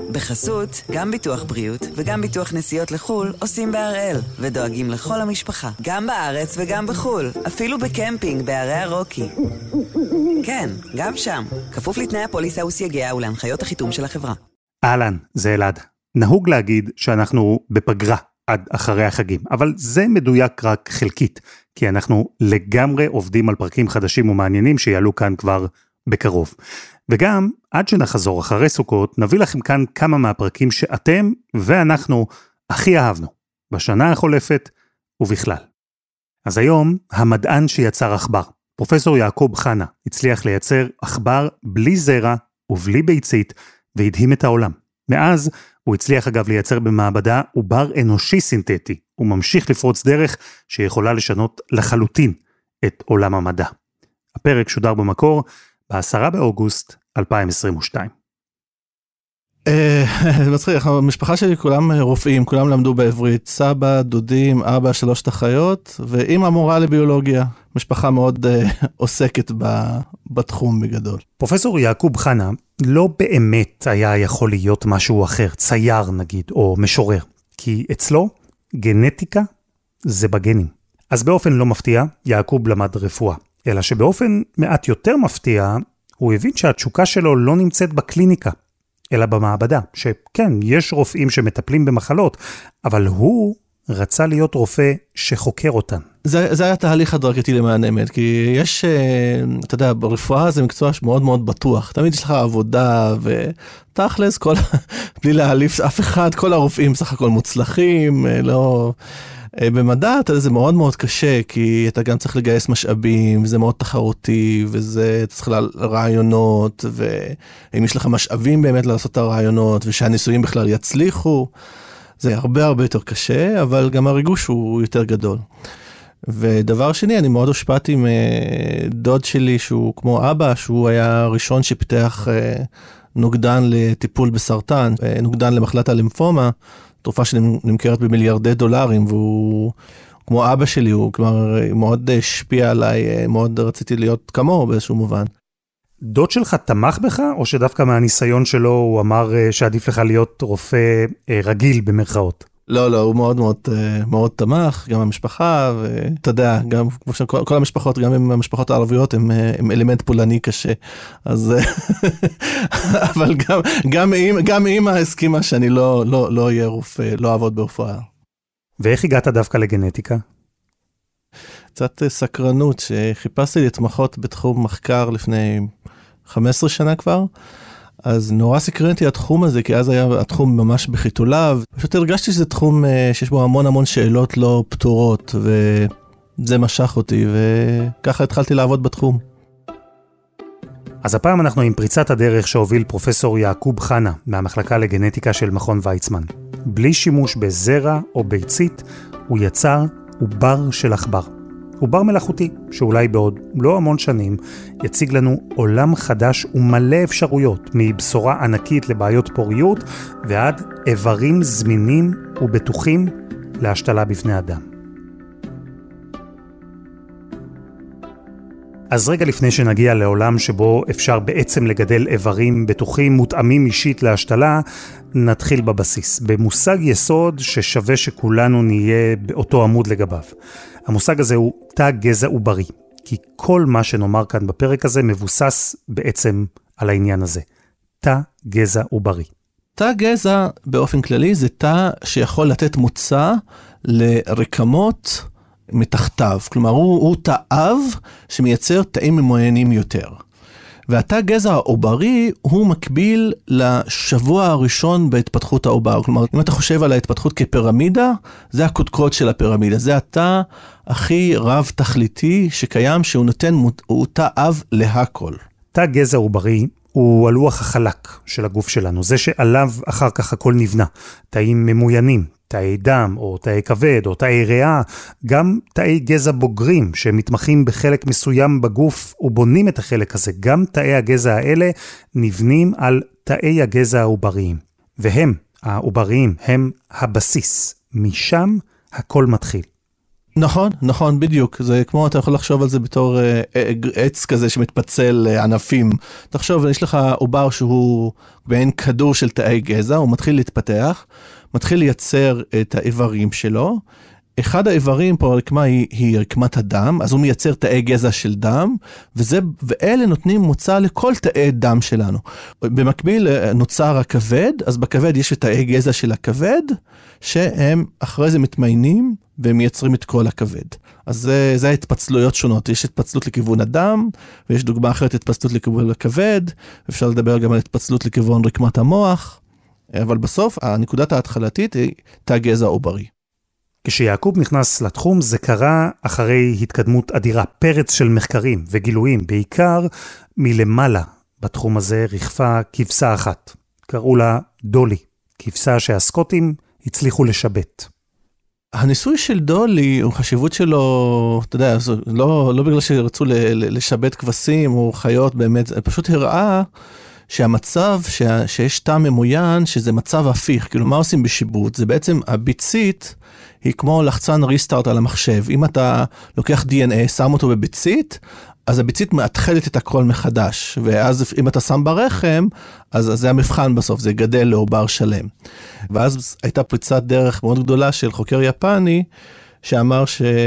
בחסות, גם ביטוח בריאות וגם ביטוח נסיעות לחול עושים בהראל, ודואגים לכל המשפחה, גם בארץ וגם בחול, אפילו בקמפינג בערי הרוקי. כן, גם שם, כפוף לתנאי הפוליסה וסייגיה ולהנחיות החיתום של החברה. אהלן, זה אלעד. נהוג להגיד שאנחנו בפגרה עד אחרי החגים, אבל זה מדויק רק חלקית, כי אנחנו לגמרי עובדים על פרקים חדשים ומעניינים שיעלו כאן כבר בקרוב. וגם, עד שנחזור אחרי סוכות, נביא לכם כאן כמה מהפרקים שאתם ואנחנו הכי אהבנו, בשנה החולפת ובכלל. אז היום, המדען שיצר עכבר, פרופסור יעקב חנה, הצליח לייצר עכבר בלי זרע ובלי ביצית, והדהים את העולם. מאז, הוא הצליח אגב לייצר במעבדה עובר אנושי סינתטי, הוא ממשיך לפרוץ דרך שיכולה לשנות לחלוטין את עולם המדע. הפרק שודר במקור, ב10 באוגוסט 2022. זה מצחיק, המשפחה שלי כולם רופאים, כולם למדו בעברית, סבא, דודים, אבא, 3 אחיות, ואמא מורה לביולוגיה. משפחה מאוד עוסקת בתחום בגדול. פרופסור יעקב חנה לא באמת היה יכול להיות משהו אחר, צייר נגיד, או משורר, כי אצלו גנטיקה זה בגנים. אז באופן לא מפתיע, יעקב למד רפואה, אלא שבאופן מעט יותר מפתיע, הוא הבין שהתשוקה שלו לא נמצאת בקליניקה, אלא במעבדה, שכן, יש רופאים שמטפלים במחלות, אבל הוא רצה להיות רופא שחוקר אותן. זה היה תהליך הדרגתי למען האמת, כי יש, אתה יודע, ברפואה זה מקצוע מאוד מאוד בטוח, תמיד יש לך עבודה, ותכלס, בלי להעליף אף אחד, כל הרופאים סך הכל מוצלחים, לא... במדע זה מאוד מאוד קשה, כי אתה גם צריך לגייס משאבים, וזה מאוד תחרותי, וזה צריך רעיונות, ואם יש לך משאבים באמת לעשות את הרעיונות, ושהניסויים בכלל יצליחו, זה הרבה הרבה יותר קשה, אבל גם הריגוש הוא יותר גדול. ודבר שני, אני מאוד הושפעתי עם דוד שלי, שהוא כמו אבא, שהוא היה הראשון שפיתח נוגדן לטיפול בסרטן, נוגדן למחלת הלימפומה, תרופה שנמכרת במיליארדי דולרים, והוא, כמו אבא שלי, הוא כלומר מאוד השפיע עליי, מאוד רציתי להיות כמוהו באיזשהו מובן. דוד שלך תמך בך, או שדווקא מהניסיון שלו הוא אמר שעדיף לך להיות רופא רגיל במרכאות? לא, הוא מאוד מאוד מאוד תמך, גם המשפחה, ואתה יודע, גם כמו שכל המשפחות, גם עם המשפחות הערביות, הם אלמנט פולני קשה, אז, אבל גם אמא הסכימה שאני לא אהיה רופא, לא אעבוד ברפואה. ואיך הגעת דווקא לגנטיקה? קצת סקרנות, שחיפשתי להתמחות בתחום מחקר לפני 15 שנה כבר, אז נורא סקרנתי התחום הזה, כי אז היה התחום ממש בחיתוליו. פשוט הרגשתי שזה תחום שיש בו המון המון שאלות לא פתורות, וזה משך אותי, וככה התחלתי לעבוד בתחום. אז הפעם אנחנו עם פריצת הדרך שהוביל פרופסור יעקב חנה, מהמחלקה לגנטיקה של מכון ויצמן. בלי שימוש בזרע או ביצית, הוא יצר עובר של עכבר. עובר מלאכותי, שאולי בעוד לא המון שנים, יציג לנו עולם חדש ומלא אפשרויות, מבשורה ענקית לבעיות פוריות, ועד איברים זמינים ובטוחים להשתלה בפני אדם. אז רגע לפני שנגיע לעולם שבו אפשר בעצם לגדל איברים בטוחים מותאמים אישית להשתלה, נתחיל בבסיס, במושג יסוד ששווה שכולנו נהיה באותו עמוד לגביו. המושג הזה הוא תא גזע עוברי, כי כל מה שנאמר כאן בפרק הזה מבוסס בעצם על העניין הזה. תא גזע עוברי. תא גזע באופן כללי זה תא שיכול לתת מוצא לרקמות מתחתיו. כלומר, הוא תא אב שמייצר תאים ממוינים יותר. והתא גזע העוברי הוא מקביל לשבוע הראשון בהתפתחות העובר. כלומר, אם אתה חושב על ההתפתחות כפירמידה, זה הקודקוד של הפירמידה. זה התא הכי רב תכליתי שקיים, שהוא נותן, הוא תא אב להכל. תא גזע עוברי הוא הלוח החלק של הגוף שלנו. זה שעליו אחר כך הכל נבנה. תאים ממוינים, תאי דם או תאי כבד או תאי ריאה, גם תאי גזע בוגרים שמתמחים בחלק מסוים בגוף ובונים את החלק הזה. גם תאי הגזע האלה נבנים על תאי הגזע העובריים. והם, העובריים, הם הבסיס. משם הכל מתחיל. נכון, נכון, בדיוק. זה כמו, אתה יכול לחשוב על זה בתור עץ כזה שמתפצל ענפים. תחשוב, יש לך עובר שהוא בעין כדור של תאי גזע, הוא מתחיל להתפתח, מתחיל לייצר את האיברים שלו. אחד האיברים פה, הרקמה היא רקמת הדם, אז הוא מייצר תאי גזע של דם, ואלה נותנים מוצא לכל תאי דם שלנו. במקביל נוצר הכבד, אז בכבד יש את תאי גזע של הכבד, שהם אחרי זה מתמיינים, והם מייצרים את כל הכבד. אז זה ההתפצלויות שונות. יש התפצלות לכיוון הדם, ויש דוגמה אחרת התפצלות לכיוון הכבד, אפשר לדבר גם על התפצלות לכיוון רקמת המוח, אבל בסוף הנקודת ההתחלתית היא תא גזע עוברי. כשיעקוב נכנס לתחום זה קרה אחרי התקדמות אדירה, פרץ של מחקרים וגילויים, בעיקר מלמעלה בתחום הזה רכפה כבשה אחת. קראו לה דולי, כבשה שהסקוטים הצליחו לשבת. הניסוי של דולי, החשיבות שלו, אתה יודע, לא בגלל שרצו לשבת כבשים או חיות באמת, פשוט הראה שהמצב שיש תא ממוין, שזה מצב הפיך. כאילו מה עושים בשיבוט? זה בעצם הביצית, היא כמו לחצן ריסטארט על המחשב. אם אתה לוקח DNA, שם אותו בביצית, אז הביצית מאתחלת את הכל מחדש. ואז אם אתה שם ברחם, אז זה המבחן בסוף, זה גדל לעובר שלם. ואז הייתה פריצת דרך מאוד גדולה של חוקר יפני, שאמר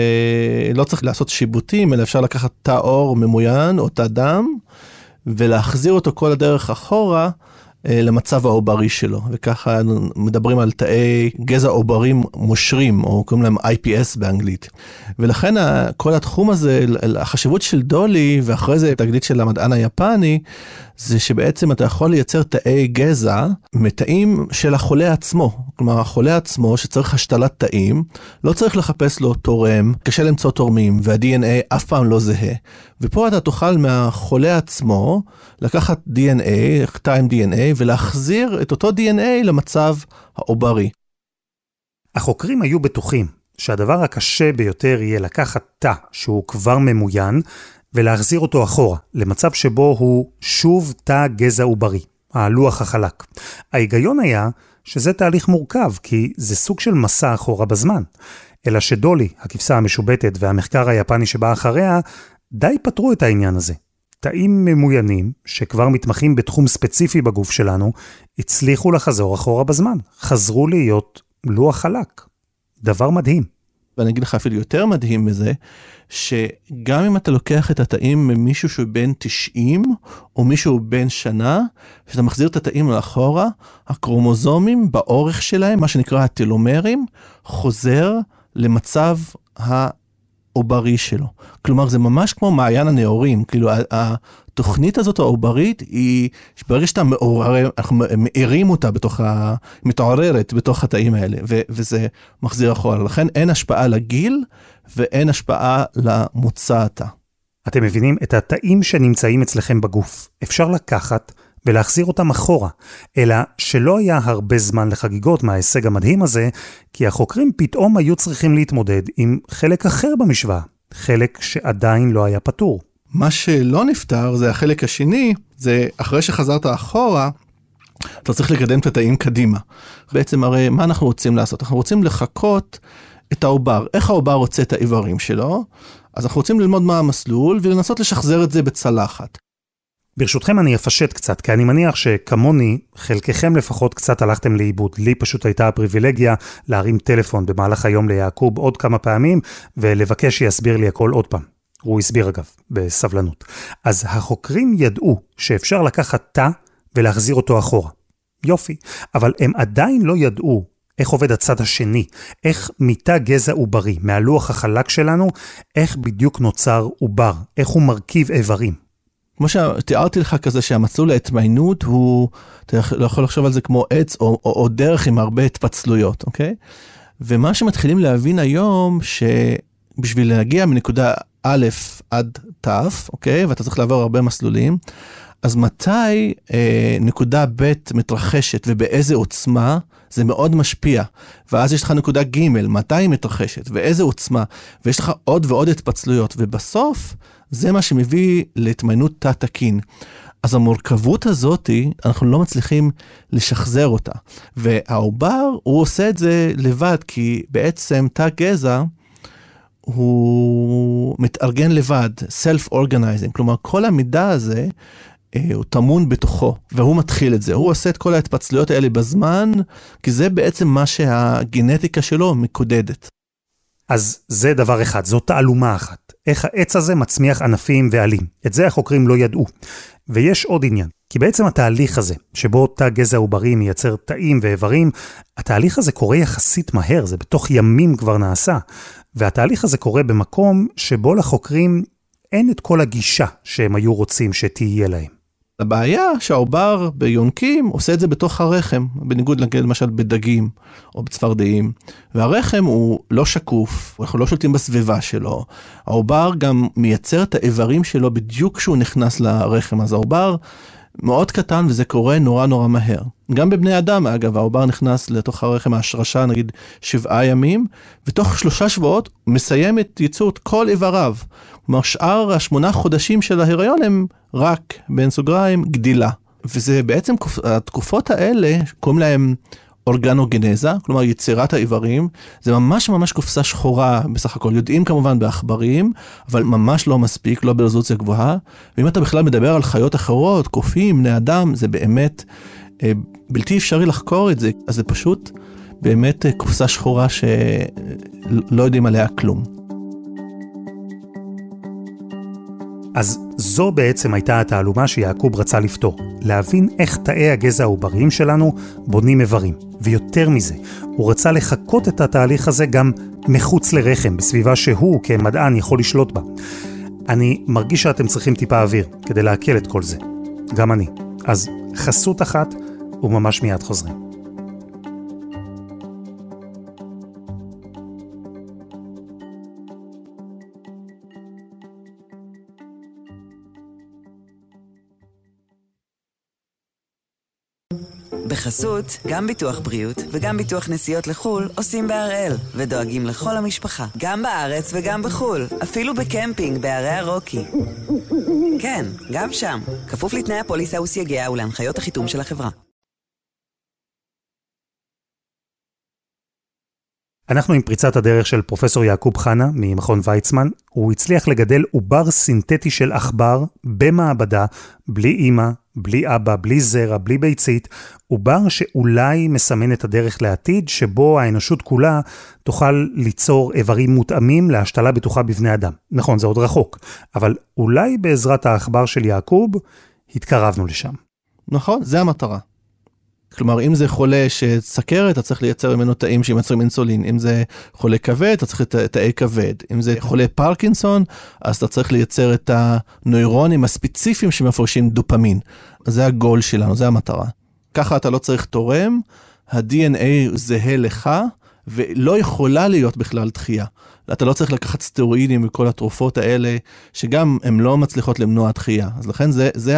שלא צריך לעשות שיבוטים, אלא אפשר לקחת תא עור ממוין או תא דם, ולהחזיר אותו כל הדרך אחורה למצב העוברי שלו. וככה מדברים על תאי גזע עוברים מושרים, או קוראים להם IPS באנגלית. ולכן כל התחום הזה, החשיבות של דולי, ואחרי זה תגלית של המדען היפני, זה שבעצם אתה יכול לייצר תאי גזע מתאים של החולה עצמו. כלומר, החולה עצמו שצריך השתלת תאים, לא צריך לחפש לו תורם, קשה למצוא תורמים, וה-DNA אף פעם לא זהה. ופה אתה תוכל מהחולה עצמו לקחת DNA, תא עם DNA, ולהחזיר את אותו DNA למצב העוברי. החוקרים היו בטוחים שהדבר הקשה ביותר יהיה לקחת תא שהוא כבר ממוין, ולהחזיר אותו אחורה, למצב שבו הוא שוב תא גזע עוברי, הלוח החלק. ההיגיון היה שזה תהליך מורכב, כי זה סוג של מסע אחורה בזמן. אלא שדולי, הכבשה המשובטת והמחקר היפני שבא אחריה, די פתרו את העניין הזה. תאים ממוינים, שכבר מתמחים בתחום ספציפי בגוף שלנו, הצליחו לחזור אחורה בזמן. חזרו להיות לוח חלק. דבר מדהים. ואני אגיד לך אפילו יותר מדהים מזה, שגם אם אתה לוקח את התאים ממישהו שהוא בן 90, או מישהו בן שנה, שאתה מחזיר את התאים לאחורה, הקרומוזומים באורך שלהם, מה שנקרא הטלומרים, חוזר למצב העוברי שלו. כלומר, זה ממש כמו מעיין הנאורים. כאילו, התוכנית הזאת העוברית היא, ברגע שאתה מעורר, אנחנו מאירים אותה מתעוררת בתוך התאים האלה, וזה מחזיר אחורה. לכן אין השפעה לגיל, ואין השפעה למוצא התא. אתם מבינים את התאים שנמצאים אצלכם בגוף. אפשר לקחת ולהחזיר אותם אחורה, אלא שלא היה הרבה זמן לחגיגות מההישג המדהים הזה, כי החוקרים פתאום היו צריכים להתמודד עם חלק אחר במשוואה, חלק שעדיין לא היה פתור. מה שלא נפתר זה החלק השני, זה אחרי שחזרת אחורה, אתה צריך לקדם את התאים קדימה. בעצם הרי מה אנחנו רוצים לעשות? אנחנו רוצים לחכות את העובר. איך העובר רוצה את האיברים שלו? אז אנחנו רוצים ללמוד מה המסלול ולנסות לשחזר את זה בצלחת. ברשותכם אני אפשט קצת, כי אני מניח שכמוני, חלקכם לפחות קצת הלכתם לאיבוד. לי פשוט הייתה הפריבילגיה להרים טלפון במהלך היום ליעקוב עוד כמה פעמים, ולבקש שיסביר לי הכל עוד פעם. הוא הסביר אגב, בסבלנות. אז החוקרים ידעו שאפשר לקחת תא ולהחזיר אותו אחורה. יופי, אבל הם עדיין לא ידעו איך עובד הצד השני, איך מתא גזע עוברי, מהלוח החלק שלנו, איך בדיוק נוצר עובר, איך הוא מרכיב איברים. כמו שתיארתי לך כזה שהמצלול ההתמיינות הוא, אתה לא יכול לחשוב על זה כמו עץ או דרך עם הרבה התפצלויות, אוקיי? ומה שמתחילים להבין היום, שבשביל להגיע מנקודה א' עד ת', אוקיי? ואתה צריך לעבור הרבה מסלולים, אז מתי נקודה ב' מתרחשת ובאיזה עוצמה, זה מאוד משפיע. ואז יש לך נקודה ג', מתי היא מתרחשת ואיזה עוצמה, ויש לך עוד ועוד התפצלויות, ובסוף זה מה שמביא להתמיינות תא תקין. אז המורכבות הזאת, אנחנו לא מצליחים לשחזר אותה. והעובר, הוא עושה את זה לבד, כי בעצם תא גזע, הוא מתארגן לבד, self-organizing, כלומר כל המידע הזה הוא תמון בתוכו, והוא מתחיל את זה, הוא עושה את כל ההתפצלויות האלה בזמן, כי זה בעצם מה שהגנטיקה שלו מקודדת. אז זה דבר אחד, זו תעלומה אחת. איך העץ הזה מצמיח ענפים ועלים. את זה החוקרים לא ידעו. ויש עוד עניין, כי בעצם התהליך הזה, שבו תא גזע עוברי מייצר תאים ואיברים, התהליך הזה קורה יחסית מהר, זה בתוך ימים כבר נעשה. והתהליך הזה קורה במקום שבו לחוקרים אין את כל הגישה שהם היו רוצים שתהיה להם. הבעיה שהעובר ביונקים עושה את זה בתוך הרחם, בניגוד למשל בדגים או בצפרדעים, והרחם הוא לא שקוף, אנחנו לא שולטים בסביבה שלו, העובר גם מייצר את האיברים שלו בדיוק כשהוא נכנס לרחם, אז העובר מאוד קטן וזה קורה נורא נורא מהר. גם בבני אדם אגב, העובר נכנס לתוך הרחם ההשרשה נגיד 7 ימים, ותוך 3 שבועות מסיים את ייצור כל איבריו. כלומר שאר 8 חודשים של ההיריון הם רק בין סוגריים גדילה. וזה בעצם התקופות האלה, קוראים להם אורגנוגנזה, כלומר יצירת האיברים, זה ממש ממש קופסה שחורה בסך הכל, יודעים כמובן באחברים, אבל ממש לא מספיק, לא ברזולוציה גבוהה, ואם אתה בכלל מדבר על חיות אחרות, קופים, בני אדם, זה באמת בלתי אפשרי לחקור את זה, אז זה פשוט באמת קופסה שחורה שלא יודעים עליה כלום. אז זו בעצם הייתה התעלומה שיעקוב רצה לפתור, להבין איך תאי הגזע העובריים שלנו בונים איברים. ויותר מזה, הוא רצה לחכות את התהליך הזה גם מחוץ לרחם, בסביבה שהוא כמדען יכול לשלוט בה. אני מרגיש שאתם צריכים טיפה אוויר כדי להקל את כל זה. גם אני. אז חסות אחת וממש מיד חוזרים. בחסות, גם ביטוח בריאות וגם ביטוח נסיעות לחול עושים בהראל ודואגים לכל המשפחה, גם בארץ וגם בחול, אפילו בקמפינג בערי הרוקי. כן, גם שם, כפוף לתנאי הפוליסה וסייגיה ולהנחיות החיתום של החברה. אנחנו עם פריצת הדרך של פרופסור יעקוב חנה ממכון ויצמן. הוא הצליח לגדל עובר סינתטי של עכבר במעבדה, בלי אמא, בלי אבא, בלי זרע, בלי ביצית, עובר שאולי מסמן את הדרך לעתיד שבו האנושות כולה תוכל ליצור איברים מותאמים להשתלה בטוחה בבני אדם. נכון, זה עוד רחוק, אבל אולי בעזרת העכבר של יעקוב התקרבנו לשם. נכון, זה המטרה. כלומר, אם זה חולה שסכרת, אתה צריך לייצר ממנו תאים שימצרים אינסולין. אם זה חולה כבד, אתה צריך תאי כבד. אם זה חולה פרקינסון, אז אתה צריך לייצר את הנוירונים הספציפיים שמפרשים דופמין. זה הגול שלנו, זה המטרה. ככה אתה לא צריך תורם, ה-DNA זהה לך, ולא יכולה להיות בכלל דחייה. אתה לא צריך לקחת סטרואידים וכל התרופות האלה, שגם הן לא מצליחות למנוע דחייה. אז לכן זה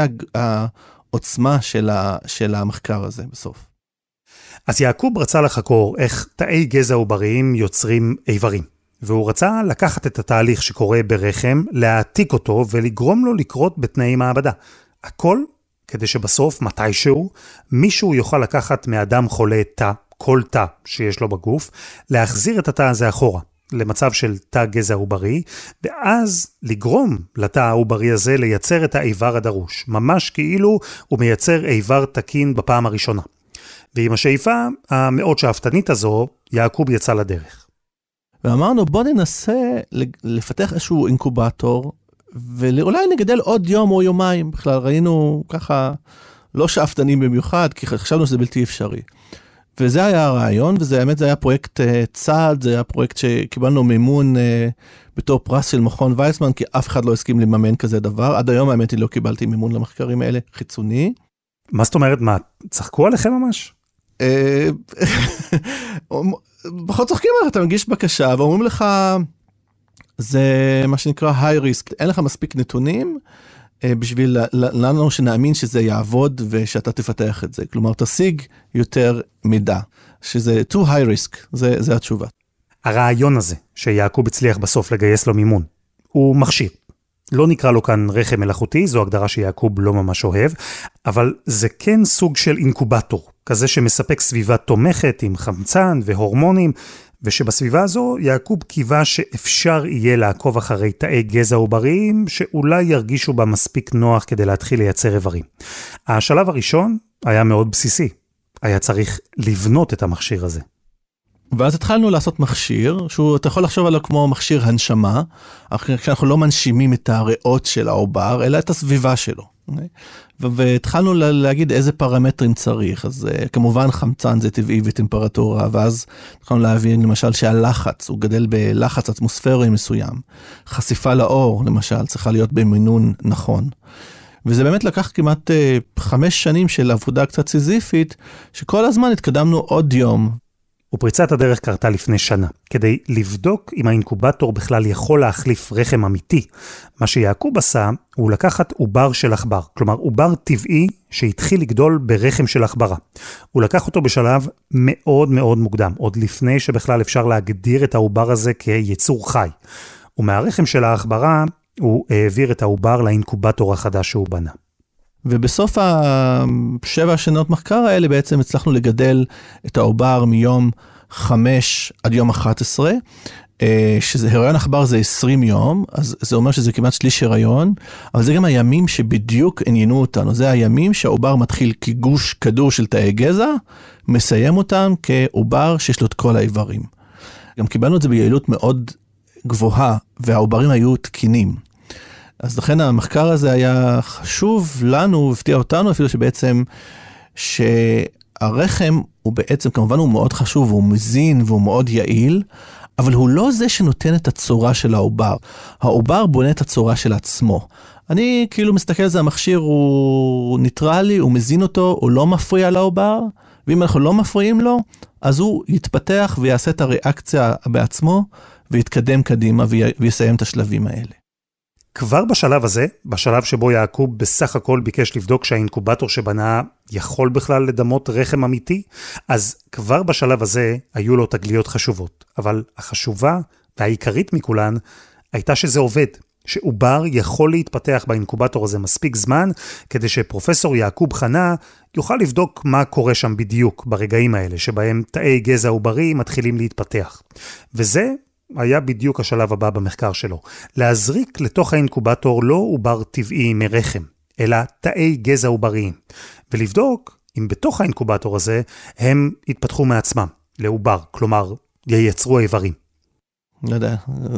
עוצמה של המחקר הזה בסוף. אז יעקוב רצה לחקור איך תאי גזע עובריים יוצרים איברים, והוא רצה לקחת את התהליך שקורה ברחם, להעתיק אותו ולגרום לו לקרות בתנאי מעבדה. הכל כדי שבסוף, מתישהו, מישהו יוכל לקחת מאדם חולה תא, כל תא שיש לו בגוף, להחזיר את התא הזה אחורה, למצב של תא גזע עוברי, ואז לגרום לתא העוברי הזה לייצר את האיבר הדרוש, ממש כאילו הוא מייצר איבר תקין בפעם הראשונה. ועם השאיפה המאוד שאפתנית הזו, יעקוב יצא לדרך. ואמרנו בוא ננסה לפתח איזשהו אינקובטור, ואולי נגדל עוד יום או יומיים, בכלל ראינו ככה לא שאפתנים במיוחד, כי חשבנו שזה בלתי אפשרי. וזה היה הרעיון, וזה האמת, זה היה פרויקט צעד, זה היה פרויקט שקיבלנו מימון בתור פרס של מכון ויצמן, כי אף אחד לא הסכים לממן כזה דבר. עד היום האמת היא לא קיבלתי מימון למחקרים האלה, חיצוני. מה זאת אומרת, מה, צחקו עליכם ממש? פחות צוחקים עליך, אתה מגיש בקשה, ואומרים לך, זה מה שנקרא high risk, אין לך מספיק נתונים, בשביל לנו שנאמין שזה יעבוד ושאתה תפתח את זה. כלומר, תשיג יותר מידע, שזה too high risk, זה התשובה. הרעיון הזה שיעקוב הצליח בסוף לגייס לו מימון, הוא מכשיר. לא נקרא לו כאן רחם מלאכותי, זו הגדרה שיעקוב לא ממש אוהב, אבל זה כן סוג של אינקובטור, כזה שמספק סביבה תומכת עם חמצן והורמונים, ושבסביבה הזו יעקוב קיווה שאפשר יהיה לעקוב אחרי תאי גזע עובריים שאולי ירגישו בה מספיק נוח כדי להתחיל לייצר איברים. השלב הראשון היה מאוד בסיסי. היה צריך לבנות את המכשיר הזה. ואז התחלנו לעשות מכשיר, אתה יכול לחשוב עליו כמו מכשיר הנשמה, כשאנחנו לא מנשימים את הריאות של העובר, אלא את הסביבה שלו. והתחלנו להגיד איזה פרמטרים צריך, אז כמובן חמצן זה טבעי וטמפרטורה, ואז התחלנו להבין למשל שהלחץ, הוא גדל בלחץ אטמוספרי מסוים. חשיפה לאור, למשל, צריכה להיות במינון נכון. וזה באמת לקח כמעט 5 שנים של עבודה קצת סיזיפית, שכל הזמן התקדמנו עוד יום. ופריצת הדרך קרתה לפני שנה, כדי לבדוק אם האינקובטור בכלל יכול להחליף רחם אמיתי. מה שיעקוב עשה, הוא לקחת עובר של עכבר, כלומר עובר טבעי שהתחיל לגדול ברחם של עכברה. הוא לקח אותו בשלב מאוד מאוד מוקדם, עוד לפני שבכלל אפשר להגדיר את העובר הזה כיצור חי. ומהרחם של העכברה, הוא העביר את העובר לאינקובטור החדש שהוא בנה. ובסוף 7 שנות מחקר האלה בעצם הצלחנו לגדל את העובר מיום 5 עד יום 11, שזה הריון עכבר זה 20 יום, אז זה אומר שזה כמעט שליש הריון, אבל זה גם הימים שבדיוק עניינו אותנו, זה הימים שהעובר מתחיל כגוש כדור של תאי גזע, מסיים אותם כעובר שיש לו את כל האיברים. גם קיבלנו את זה ביעילות מאוד גבוהה, והעוברים היו תקינים. אז לכן המחקר הזה היה חשוב לנו, הפתיע אותנו אפילו שבעצם, שהרחם הוא בעצם, כמובן הוא מאוד חשוב, הוא מזין והוא מאוד יעיל, אבל הוא לא זה שנותן את הצורה של העובר. העובר בונה את הצורה של עצמו. אני כאילו מסתכל על זה, המכשיר הוא ניטרלי, הוא מזין אותו, הוא לא מפריע לעובר, ואם אנחנו לא מפריעים לו, אז הוא יתפתח ויעשה את הריאקציה בעצמו, ויתקדם קדימה ויסיים את השלבים האלה. כבר בשלב הזה, בשלב שבו יעקוב בסך הכל ביקש לבדוק שהאינקובטור שבנה יכול בכלל לדמות רחם אמיתי, אז כבר בשלב הזה היו לו תגליות חשובות. אבל החשובה והעיקרית מכולן הייתה שזה עובד, שעובר יכול להתפתח באינקובטור הזה מספיק זמן, כדי שפרופסור יעקוב חנה יוכל לבדוק מה קורה שם בדיוק ברגעים האלה, שבהם תאי גזע עוברי מתחילים להתפתח. וזה היה בדיוק השלב הבא במחקר שלו. להזריק לתוך האינקובטור לא עובר טבעי מרחם, אלא תאי גזע עובריים. ולבדוק אם בתוך האינקובטור הזה הם יתפתחו מעצמם לעובר, כלומר ייצרו איברים. לא יודע,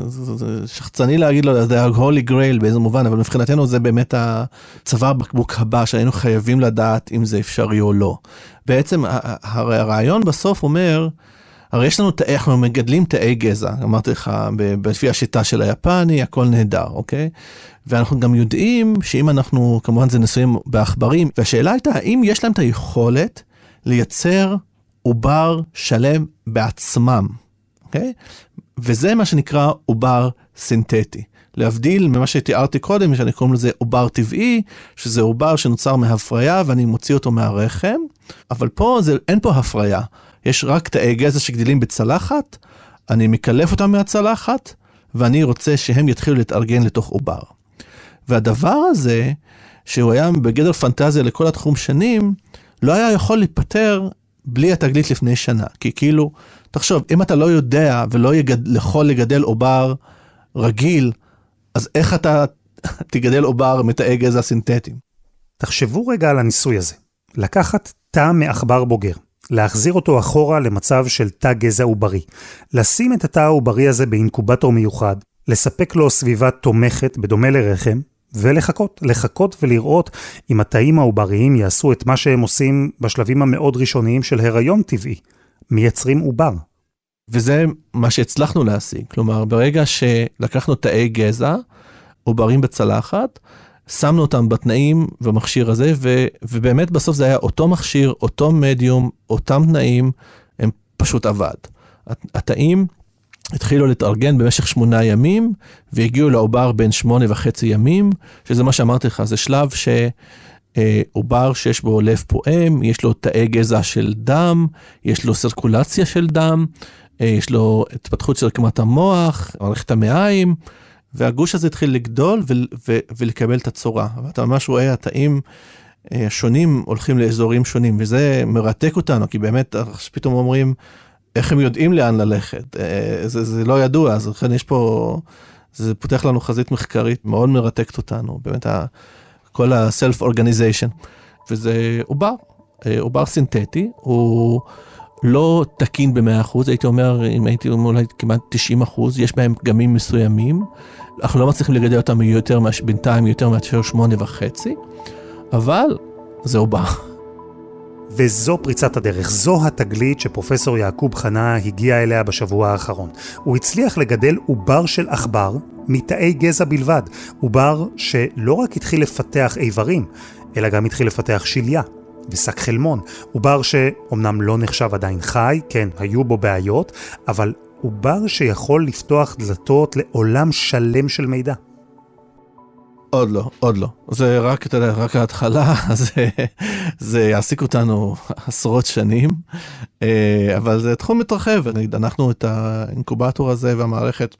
זה שחצני להגיד לו, זה ה-Holy Grail באיזה מובן, אבל מבחינתנו זה באמת הצוואר בקבוק הבא, שהיינו חייבים לדעת אם זה אפשרי או לא. בעצם הרעיון בסוף אומר, הרי יש לנו אנחנו מגדלים תאי גזע, אמרתי לך, לפי השיטה של היפני, הכל נהדר, אוקיי? ואנחנו גם יודעים שאם אנחנו, כמובן זה ניסויים בעכברים, והשאלה הייתה, האם יש להם את היכולת לייצר עובר שלם בעצמם, אוקיי? וזה מה שנקרא עובר סינתטי. להבדיל ממה שתיארתי קודם, שאני קוראים לזה עובר טבעי, שזה עובר שנוצר מהפריה, ואני מוציא אותו מהרחם, אבל פה אין פה הפריה. יש רק תאי גזע שגדילים בצלחת, אני מקלף אותם מהצלחת, ואני רוצה שהם יתחילו להתארגן לתוך עובר. והדבר הזה, שהוא היה בגדר פנטזיה לכל התחום שנים, לא היה יכול להיפטר בלי התגלית לפני שנה. כי כאילו, תחשוב, אם אתה לא יודע ולא יכול לגדל עובר רגיל, אז איך אתה תגדל עובר מתאי גזע סינתטיים? תחשבו רגע על הניסוי הזה. לקחת תא מעכבר בוגר. להחזיר אותו אחורה למצב של תא גזע עוברי. לשים את התא העוברי הזה באינקובטור מיוחד, לספק לו סביבה תומכת בדומה לרחם, לחכות ולראות אם התאים העובריים יעשו את מה שהם עושים בשלבים המאוד ראשוניים של הריון טבעי. מייצרים עובר. וזה מה שהצלחנו להשיג. כלומר, ברגע שלקחנו תאי גזע, עוברים בצלחת, שמנו אותם בתנאים במכשיר הזה, ובאמת בסוף זה היה אותו מכשיר, אותו מדיום, אותם תנאים, הם פשוט עבד. התאים התחילו להתארגן במשך 8 ימים, והגיעו לעובר בין 8.5 ימים, שזה מה שאמרתי לך, זה שלב שעובר שיש בו לב פועם, יש לו תאי גזע של דם, יש לו סרקולציה של דם, יש לו התפתחות של רקמת המוח, מערכת המעיים, והגוש הזה התחיל לגדול ולקבל את הצורה. ואתה ממש רואה, התאים השונים הולכים לאזורים שונים, וזה מרתק אותנו, כי באמת פתאום אומרים, איך הם יודעים לאן ללכת? זה לא ידוע, אז לכן יש פה, זה פותח לנו חזית מחקרית, מאוד מרתקת אותנו, באמת כל ה-self-organization, וזה עובר סינתטי, הוא לא תקין ב100%, הייתי אומר, אם הייתי אומר אולי כמעט 90%, יש בהם פגמים מסוימים, אנחנו לא מצליחים לגדל אותם בינתיים יותר מאשר 8.5, אבל זה עובר. וזו פריצת הדרך, זו התגלית שפרופסור יעקוב חנה הגיע אליה בשבוע האחרון. הוא הצליח לגדל עובר של עכבר מתאי גזע בלבד, עובר שלא רק התחיל לפתח איברים, אלא גם התחיל לפתח שיליה ושק חלמון, עובר שאומנם לא נחשב עדיין חי, כן, היו בו בעיות, אבל עובר שיכול לפתוח דלתות לעולם שלם של מידע. עוד לא. זה רק, אתה יודע, רק ההתחלה, זה יעסיק אותנו עשרות שנים, אבל זה תחום מתרחב. אנחנו את האינקובטור הזה והמערכת,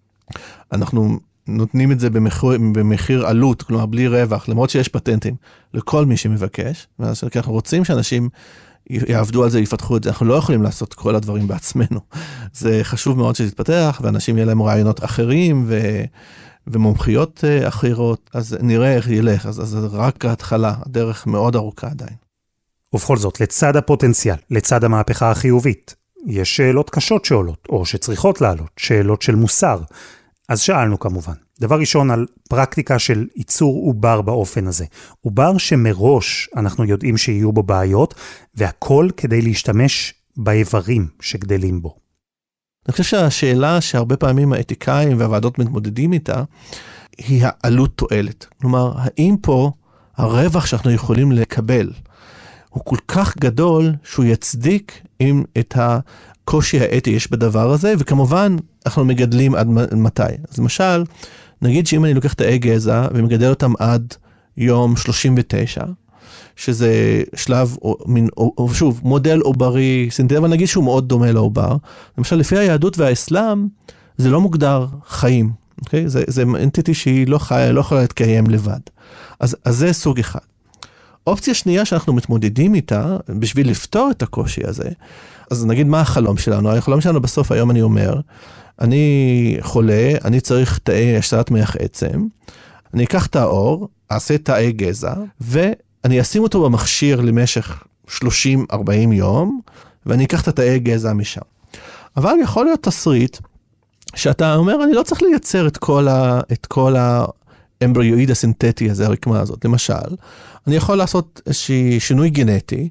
אנחנו נותנים את זה במחיר עלות, כלומר בלי רווח, למרות שיש פטנטים לכל מי שמבקש, כי אנחנו רוצים שאנשים יעבדו על זה, יפתחו את זה, אנחנו לא יכולים לעשות כל הדברים בעצמנו. זה חשוב מאוד שתתפתח, ואנשים יהיה להם רעיונות אחרים, ומומחיות אחרות, אז נראה איך ילך, אז זה רק ההתחלה, הדרך מאוד ארוכה עדיין. ובכל זאת, לצד הפוטנציאל, לצד המהפכה החיובית, יש שאלות קשות שעולות, או שצריכות לעלות, שאלות של מוסר. אז שאלנו כמובן, דבר ראשון על פרקטיקה של ייצור עובר באופן הזה. עובר שמראש אנחנו יודעים שיהיו בו בעיות, והכל כדי להשתמש באיברים שגדלים בו. אני חושב שהשאלה שהרבה פעמים האתיקאים והוועדות מתמודדים איתה, היא העלות תועלת. כלומר, האם פה הרווח שאנחנו יכולים לקבל, הוא כל כך גדול שהוא יצדיק עם את הקושי האתי יש בדבר הזה, וכמובן אנחנו מגדלים עד מתי. אז למשל, נגיד שאם אני לוקח את האי גזע ומגדל אותם עד יום 39, שזה שלב, שוב, מודל עוברי, אבל נגיד שהוא מאוד דומה לעובר. למשל, לפי היהדות והאסלאם, זה לא מוגדר חיים. אוקיי? זה אנטיטי שהיא לא חיה, לא יכולה להתקיים לבד. אז זה סוג אחד. אופציה שנייה שאנחנו מתמודדים איתה, בשביל לפתור את הקושי הזה, אז נגיד מה החלום שלנו? החלום שלנו בסוף היום אני אומר, אני חולה, אני צריך תאי השתלת מח עצם, אני אקח את האור, אעשה תאי גזע, אני אשים אותו במכשיר למשך 30-40 יום, ואני אקח את התאי גזע משם. אבל יכול להיות תסריט, שאתה אומר, אני לא צריך לייצר את כל האמבריואיד הסינתטי הזה, הרקמה הזאת. למשל, אני יכול לעשות איזשהו שינוי גנטי,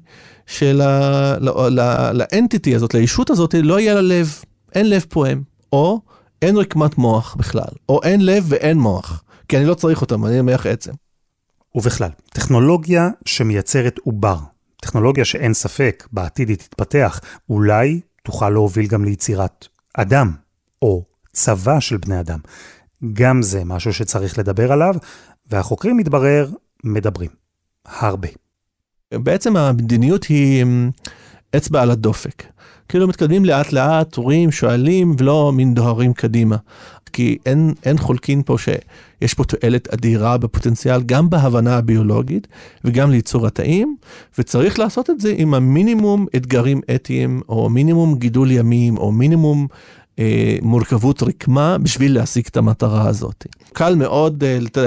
לאנטיטי הזאת, לישות הזאת, לא יהיה לה לב, אין לב פועם, או אין רקמת מוח בכלל, או אין לב ואין מוח, כי אני לא צריך אותם, אני מח עצם. ובכלל, טכנולוגיה שמייצרת עובר, טכנולוגיה שאין ספק, בעתיד היא תתפתח, אולי תוכל להוביל גם ליצירת אדם, או צבא של בני אדם. גם זה משהו שצריך לדבר עליו, והחוקרים מדברים הרבה. בעצם המדיניות היא אצבע על הדופק. כאילו מתקדמים לאט לאט, רואים, שואלים, ולא מין דוהרים קדימה. כי אין חולקין פה שיש פה תועלת אדירה בפוטנציאל, גם בהבנה הביולוגית, וגם ליצור התאים, וצריך לעשות את זה עם המינימום אתגרים אתיים, או מינימום גידול ימים, או מינימום מורכבות רקמה, בשביל להשיג את המטרה הזאת. קל מאוד,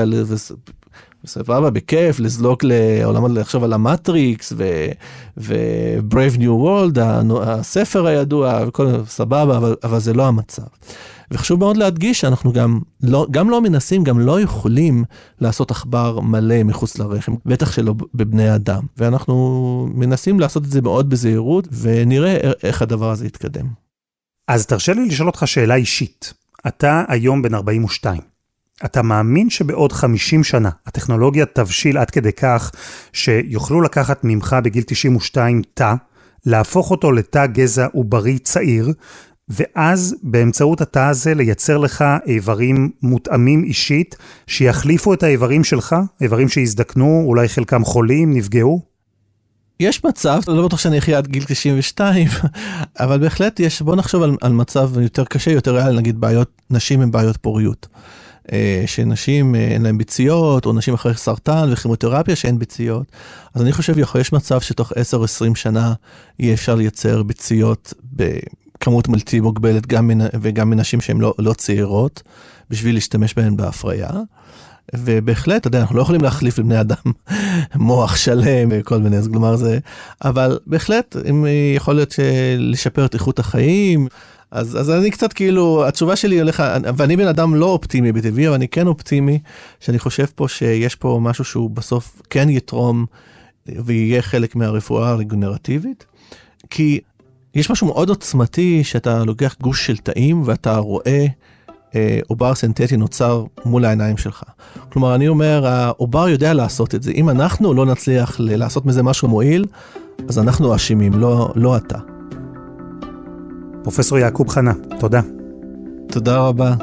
סבבה, בכיף, לזלוק לעולם, לחשוב על המטריקס, ו-Brave New World, הספר הידוע, וכל סבבה, אבל זה לא המצב. וחשוב מאוד להדגיש שאנחנו גם לא מנסים, גם לא יכולים לעשות עכבר מלא מחוץ לרחם, בטח שלא בבני אדם. ואנחנו מנסים לעשות את זה מאוד בזהירות, ונראה איך הדבר הזה יתקדם. אז תרשה לי לשאול אותך שאלה אישית. אתה היום בן 42. אתה מאמין שבעוד 50 שנה הטכנולוגיה תבשיל עד כדי כך שיוכלו לקחת ממך בגיל 92 תא, להפוך אותו לתא גזע עוברי צעיר, ואז באמצעות התא הזה לייצר לך איברים מותאמים אישית, שיחליפו את האיברים שלך, איברים שהזדקנו, אולי חלקם חולים, נפגעו? יש מצב, לא בטוח שאני אחיה עד גיל 92, אבל בהחלט יש, בוא נחשוב על מצב יותר קשה, יותר ריאלי, נגיד נשים עם בעיות פוריות. שנשים אין להם ביציות, או נשים אחרי סרטן וכימותרפיה שאין ביציות. אז אני חושב יש מצב שתוך 10-20 שנה יהיה אפשר לייצר ביציות כמות בלתי מוגבלת וגם מנשים שהן לא צעירות, בשביל להשתמש בהן בהפריה. ובהחלט, אתה יודע, אנחנו לא יכולים להחליף לבני אדם מוח שלם וכל מיני, אז כלומר זה, אבל בהחלט, אם יכול להיות לשפר את איכות החיים, אז אני קצת כאילו, התשובה שלי הולך, ואני בן אדם לא אופטימי בטבעי, אבל אני כן אופטימי, שאני חושב פה שיש פה משהו שהוא בסוף כן יתרום, ויהיה חלק מהרפואה הרגנרטיבית, כי יש משהו מאוד עוצמתי, שאתה לוקח גוש של תאים, ואתה רואה עובר סינתטי נוצר מול העיניים שלך. כלומר, אני אומר, העובר יודע לעשות את זה. אם אנחנו לא נצליח לעשות מזה משהו מועיל, אז אנחנו אשמים, לא אתה. פרופסור יעקוב חנה, תודה. תודה רבה.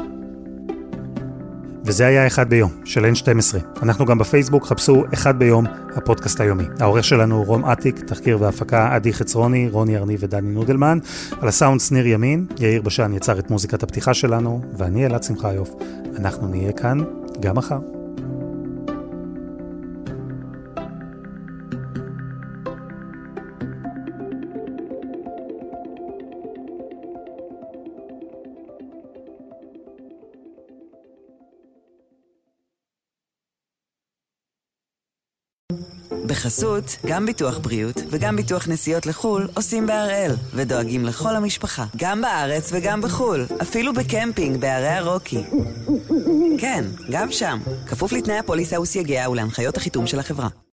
וזה היה אחד ביום של N12. אנחנו גם בפייסבוק, חפשו אחד ביום, הפודקאסט היומי. העורך שלנו רום עתיק, תחקיר והפקה עדי חצרוני, רוני ארני ודני נודלמן. על הסאונד שניר ימין, יאיר בשן יצר את מוזיקת הפתיחה שלנו, ואני אלעד שמחיוף. אנחנו נהיה כאן גם מחר. בחסות, גם ביטוח בריאות וגם ביטוח נסיעות לחול עושים בהראל ודואגים לכל המשפחה, גם בארץ וגם בחול, אפילו בקמפינג בערי הרוקי. כן, גם שם, כפוף לתנאי הפוליסה וסייגיה ולהנחיות החיתום של החברה.